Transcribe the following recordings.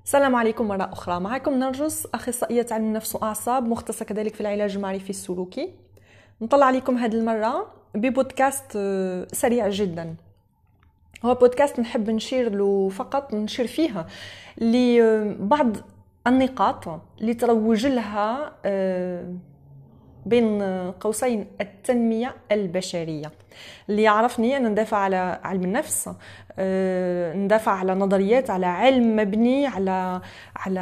السلام عليكم مرة أخرى. معكم نرجس، أخصائية علم النفس وأعصاب، مختصة كذلك في العلاج المعرفي السلوكي. نطلع عليكم هذه المرة ببودكاست سريع جدا. هو بودكاست نحب نشير له فقط، نشير فيها لبعض النقاط اللي تروج لها بين قوسين التنمية البشرية. اللي يعرفني أنا ندافع على علم النفس، ندافع على نظريات، على علم مبني على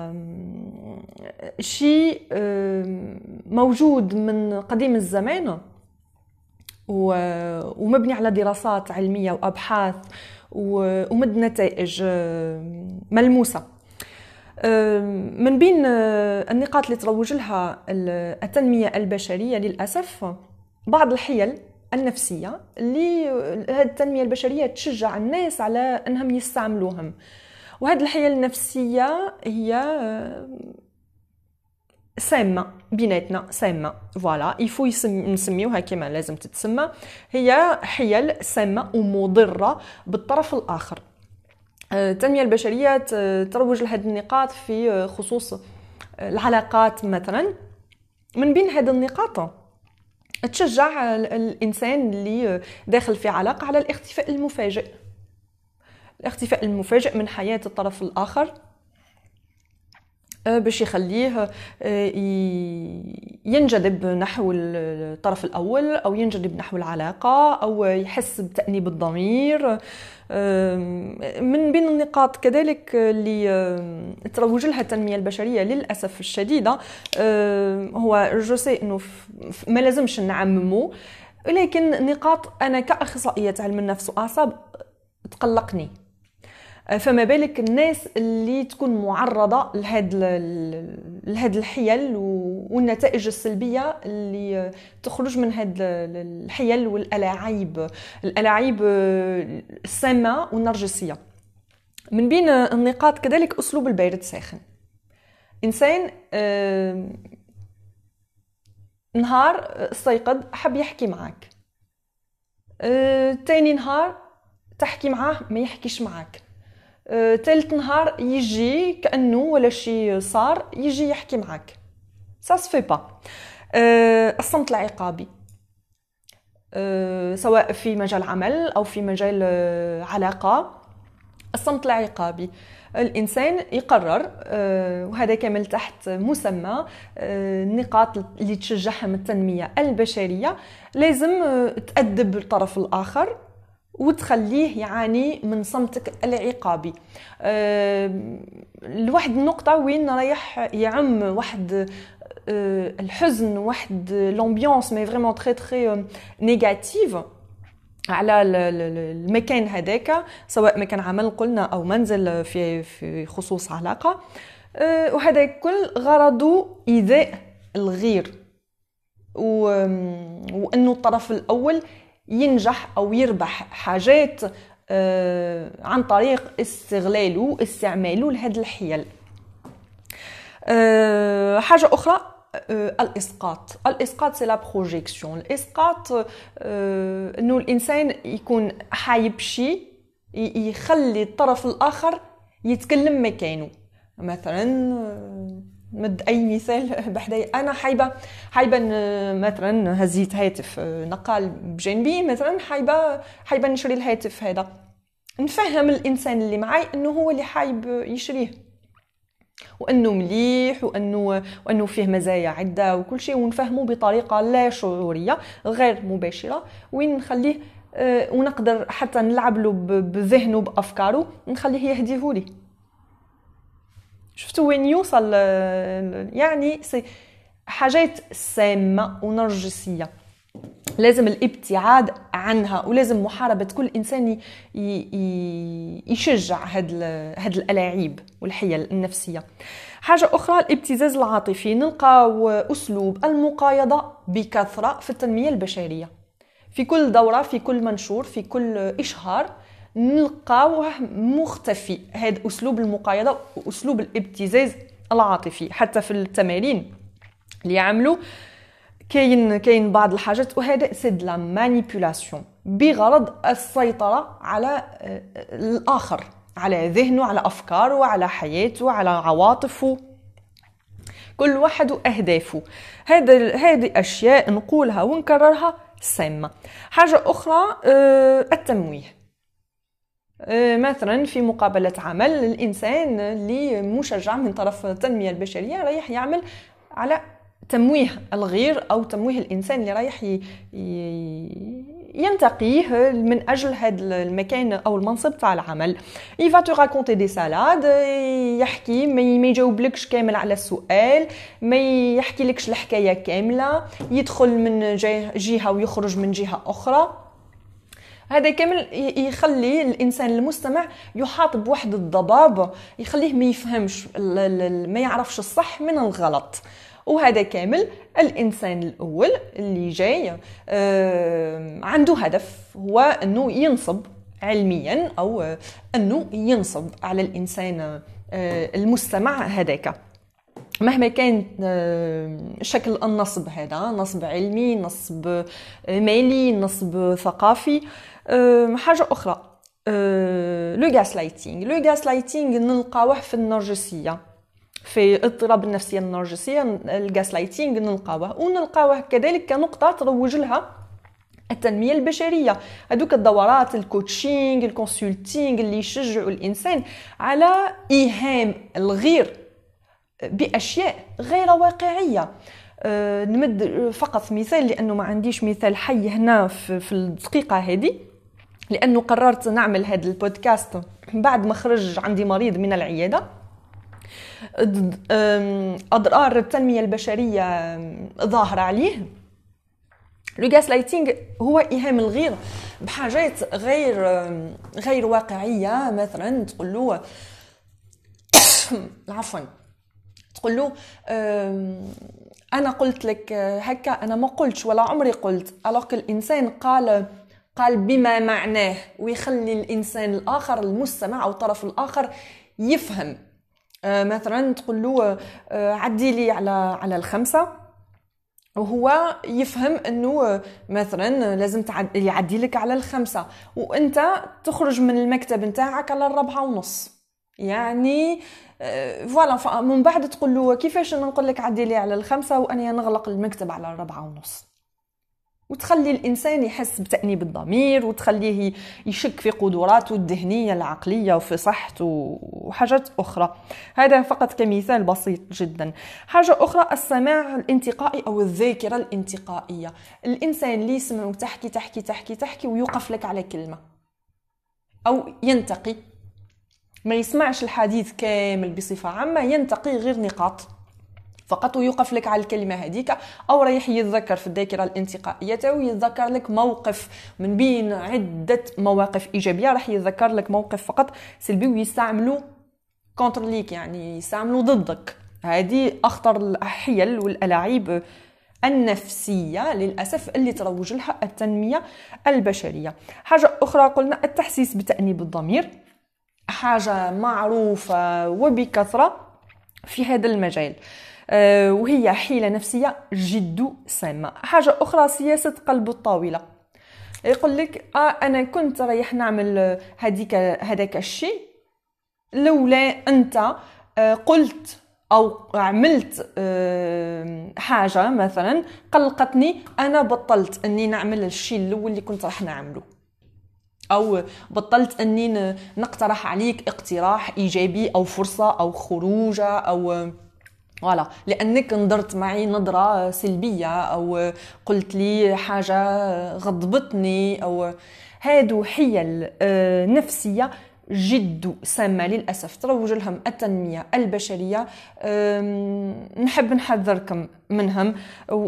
شيء موجود من قديم الزمان ومبني على دراسات علمية وأبحاث ومد نتائج ملموسة. من بين النقاط اللي تروج لها التنمية البشرية للأسف بعض الحيل النفسية اللي هذه التنمية البشرية تشجع الناس على أنهم يستعملوهم. وهذه الحيل النفسية هي سامة بيناتنا، سامة فوالا يفو نسميوها كما لازم تتسمى. هي حيل سامة ومضرة بالطرف الآخر. التنمية البشرية تروج لهذه النقاط في خصوص العلاقات مثلا. من بين هذه النقاط تشجع الإنسان اللي داخل في علاقة على الاختفاء المفاجئ، الاختفاء المفاجئ من حياة الطرف الآخر، باش يخليه ينجذب نحو الطرف الأول أو ينجذب نحو العلاقة أو يحس بتأنيب الضمير. من بين النقاط كذلك اللي تروج لها التنمية البشرية للأسف الشديدة هو جوسي أنه ما لازمش نعممه، ولكن نقاط أنا كأخصائية علم النفس وأعصاب تقلقني. فما بالك الناس اللي تكون معرضة لهذه الحيل والنتائج السلبية اللي تخرج من هذه الحيل والألاعيب السامة والنرجسية. من بين النقاط كذلك أسلوب البارد ساخن. إنسان نهار استيقظ حب يحكي معك، تاني نهار تحكي معاه ما يحكيش معك، ثالث نهار يجي كأنه ولا شيء صار يجي يحكي معك. ça se fait pas. الصمت العقابي سواء في مجال عمل أو في مجال علاقة. الصمت العقابي الإنسان يقرر، وهذا كامل تحت مسمى النقاط اللي تشجعهم التنمية البشرية. لازم تأدب الطرف الآخر وتخليه يعاني من صمتك العقابي لواحد النقطة وين رايح يعم واحد الحزن، واحد l'ambiance mais vraiment très très négative على المكان هذاك، سواء مكان عمل قلنا أو منزل في خصوص علاقة. وهذا كل غرضه إيذاء الغير وأنه الطرف الأول ينجح أو يربح حاجات عن طريق استغلاله استعماله لهذه الحيل. حاجة أخرى الإسقاط سي لا بروجيكسيون. الإسقاط أنه الإنسان يكون حايب شيء يخلي الطرف الآخر يتكلم مكانه. مثلا مد أي مثال بحدايا، أنا حايبة مثلا هزيت هاتف نقال بجانبي، مثلا حايبة نشري الهاتف هذا. نفهم الإنسان اللي معي أنه هو اللي حايب يشريه وأنه مليح وأنه فيه مزايا عدة وكل شيء، ونفهمه بطريقة لا شعورية غير مباشرة، وين نخليه ونقدر حتى نلعب له بذهنه بأفكاره، نخليه يهديهولي. شفتوا وين يوصل؟ يعني حاجات سامة ونرجسية لازم الابتعاد عنها، ولازم محاربة كل إنسان يشجع هاد الألاعيب والحيل النفسية. حاجة أخرى الابتزاز العاطفي. نلقى أسلوب المقايضة بكثرة في التنمية البشرية، في كل دورة، في كل منشور، في كل إشهار نلقاوه مختفي هذا أسلوب المقايضة وأسلوب الابتزاز العاطفي. حتى في التمارين اللي يعملوا كاين بعض الحاجات، وهذا سيد لا مانيبيولاسيون بغرض السيطرة على الآخر على ذهنه، على أفكاره، على حياته، على عواطفه، كل واحد وأهدافه. هذه أشياء نقولها ونكررها سامة. حاجة أخرى التمويه. مثلا في مقابلة عمل، الإنسان اللي مشجع من طرف التنمية البشرية رايح يعمل على تمويه الغير أو تمويه الإنسان اللي رايح ينتقيه من أجل هذا المكان أو المنصب تاع العمل. il va te raconter des salades، يحكي ما يجاوبلكش كامل على السؤال، ما يحكي لكش الحكاية كاملة، يدخل من جهة ويخرج من جهة أخرى. هذا كامل يخلي الإنسان المستمع يحاط بواحد الضباب، يخليه ما يفهمش، ما يعرفش الصح من الغلط. وهذا كامل الإنسان الأول اللي جاي عنده هدف، هو أنه ينصب علميا أو أنه ينصب على الإنسان المستمع هذاك، مهما كان شكل النصب هذا، نصب علمي، نصب مالي، نصب ثقافي. حاجة أخرى لو غاسلايتينغ نلقاوه في النرجسية، في اضطراب النفسية النرجسية. الغاسلايتينغ نلقاوه كذلك كنقطة تروج لها التنمية البشرية. هذوك الدورات الكوتشينغ الكونسلتينغ اللي يشجعوا الإنسان على إيهام الغير بأشياء غير واقعية. نمد فقط مثال لأنه ما عنديش مثال حي هنا في الدقيقة هذه، لأنه قررت نعمل هذا البودكاست بعد ما خرج عندي مريض من العيادة. أضرار التنمية البشرية ظاهرة عليه. لو غاسلايتينغ هو إيهام الغير بحاجات غير واقعية. مثلا تقول له عفوا، تقول له أنا قلت لك هكا، أنا ما قلتش ولا عمري قلت، ألوك الإنسان قال بما معناه، ويخلي الإنسان الآخر المستمع أو الطرف الآخر يفهم. مثلا تقول له عدي لي على 5، وهو يفهم أنه مثلا لازم يعدي لك على 5، وأنت تخرج من المكتب نتاعك على 4:30. يعني فوالا، من بعد تقول له كيفاش نقول لك عدي لي على 5 وأنا نغلق المكتب على 4:30، وتخلي الإنسان يحس بتأنيب الضمير، وتخليه يشك في قدراته الذهنية العقلية وفي صحته وحاجات أخرى. هذا فقط كمثال بسيط جدا. حاجة أخرى السماع الانتقائي أو الذاكرة الانتقائية. الإنسان اللي يسمع تحكي تحكي تحكي تحكي ويوقف لك على كلمة، أو ينتقي، ما يسمعش الحديث كامل بصفة عامة، ينتقي غير نقاط فقط ويوقف لك على الكلمة هذيك، أو رايح يتذكر في الذاكرة الانتقائية ويتذكر لك موقف من بين عدة مواقف إيجابية، راح يتذكر لك موقف فقط سلبي ويستعملوا كونتر ليك، يعني يستعملوا ضدك. هذه أخطر الحيل والألاعيب النفسية للأسف اللي تروج لها التنمية البشرية. حاجة أخرى قلنا التحسيس بتأنيب الضمير، حاجة معروفة وبكثرة في هذا المجال، وهي حيلة نفسية جد سامة. حاجة أخرى سياسة قلب الطاولة. يقول لك أنا كنت رايح نعمل هذاك الشيء لولا أنت قلت أو عملت حاجة مثلا قلقتني، أنا بطلت أني نعمل الشيء الأول اللي كنت راح نعمله، أو بطلت أني نقترح عليك اقتراح إيجابي أو فرصة أو خروجة أو ولا لأنك نظرت معي نظرة سلبية أو قلت لي حاجة غضبتني. أو هادو حيل نفسية جد سامة للأسف تروج لهم التنمية البشرية. نحب نحذركم منهم،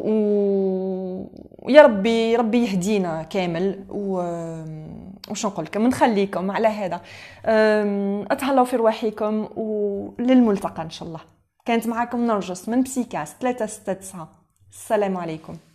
ويا ربي يهدينا كامل. وش نقول لكم، نخليكم على هذا. أتهلاو في رواحكم، وللملتقى إن شاء الله. كانت معكم نرجس من بسيكاس 369. السلام عليكم.